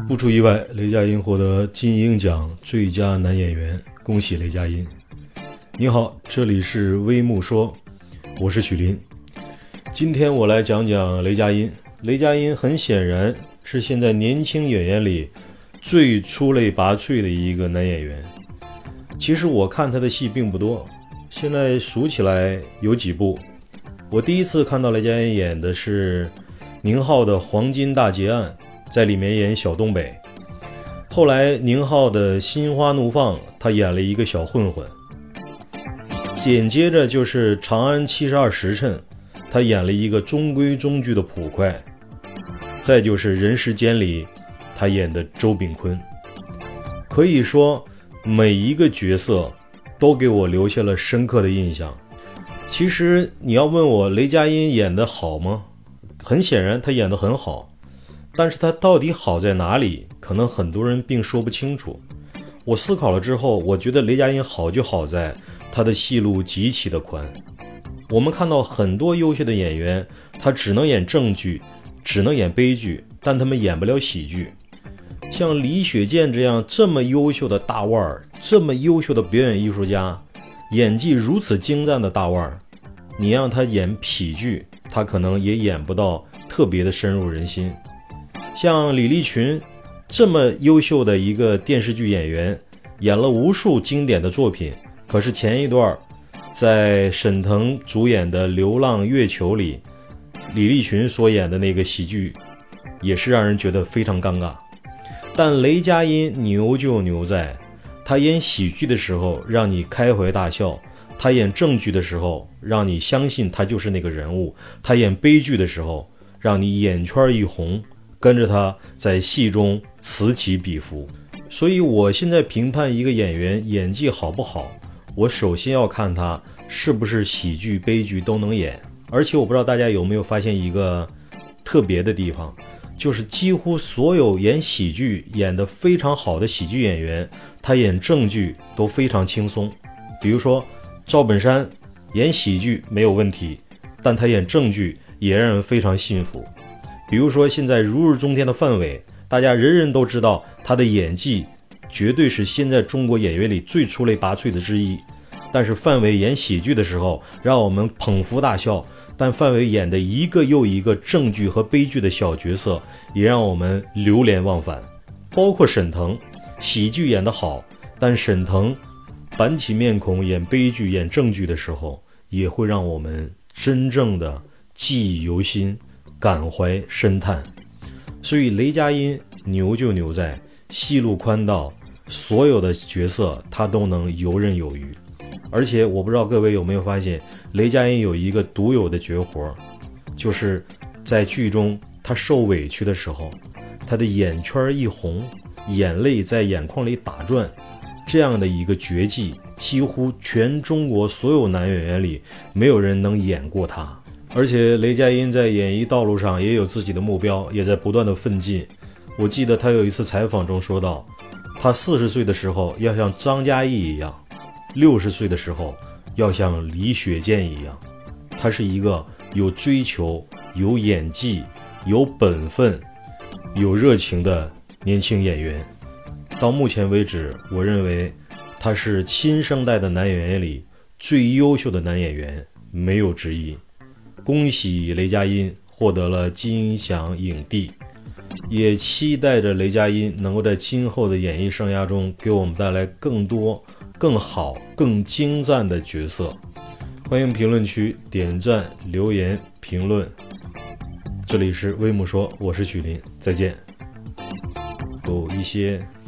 不出意外，雷佳音获得金鹰奖最佳男演员，恭喜雷佳音。你好，这里是微木说，我是许林。今天我来讲讲雷佳音。雷佳音很显然是现在年轻演员里最出类拔萃的一个男演员。其实我看他的戏并不多，现在数起来有几部。我第一次看到雷佳音演的是宁浩的《黄金大劫案》，在里面演小东北。后来宁浩的《心花怒放》，他演了一个小混混。紧接着就是《长安72时辰》，他演了一个中规中矩的捕快。再就是《人世间》里他演的周秉昆。可以说每一个角色都给我留下了深刻的印象。其实你要问我雷佳音演得好吗？很显然他演得很好，但是他到底好在哪里，可能很多人并说不清楚。我思考了之后，我觉得雷佳音好就好在他的戏路极其的宽。我们看到很多优秀的演员，他只能演正剧，只能演悲剧，但他们演不了喜剧。像李雪健这么优秀的大腕儿，这么优秀的表演艺术家，演技如此精湛的大腕儿，你让他演痞剧，他可能也演不到特别的深入人心。像李立群这么优秀的一个电视剧演员，演了无数经典的作品，可是前一段在沈腾主演的《流浪月球》里，李立群所演的那个喜剧也是让人觉得非常尴尬。但雷佳音牛就牛在他演喜剧的时候让你开怀大笑，他演正剧的时候让你相信他就是那个人物，他演悲剧的时候让你眼圈一红，跟着他在戏中此起彼伏。所以我现在评判一个演员演技好不好，我首先要看他是不是喜剧悲剧都能演。而且我不知道大家有没有发现一个特别的地方，就是几乎所有演喜剧演得非常好的喜剧演员，他演正剧都非常轻松。比如说赵本山演喜剧没有问题，但他演正剧也让人非常信服。比如说现在如日中天的范伟，大家人人都知道他的演技绝对是现在中国演员里最出类拔萃的之一，但是范伟演喜剧的时候让我们捧腹大笑，但范伟演的一个又一个正剧和悲剧的小角色也让我们流连忘返。包括沈腾喜剧演得好，但沈腾板起面孔演悲剧演正剧的时候也会让我们真正的记忆犹新，感怀深叹。所以雷佳音牛就牛在戏路宽到所有的角色他都能游刃有余。而且我不知道各位有没有发现，雷佳音有一个独有的绝活，就是在剧中他受委屈的时候，他的眼圈一红，眼泪在眼眶里打转，这样的一个绝技几乎全中国所有男演员里没有人能演过他。而且雷佳音在演艺道路上也有自己的目标，也在不断的奋进。我记得他有一次采访中说到，他40岁的时候要像张嘉译一样，60岁的时候要像李雪健一样。他是一个有追求、有演技、有本分、有热情的年轻演员。到目前为止，我认为他是新生代的男演员里最优秀的男演员，没有之一。恭喜雷佳音获得了金鹰奖影帝，也期待着雷佳音能够在今后的演艺生涯中给我们带来更多更好更精湛的角色。欢迎评论区点赞留言评论。这里是微木说，我是许林，再见。有一些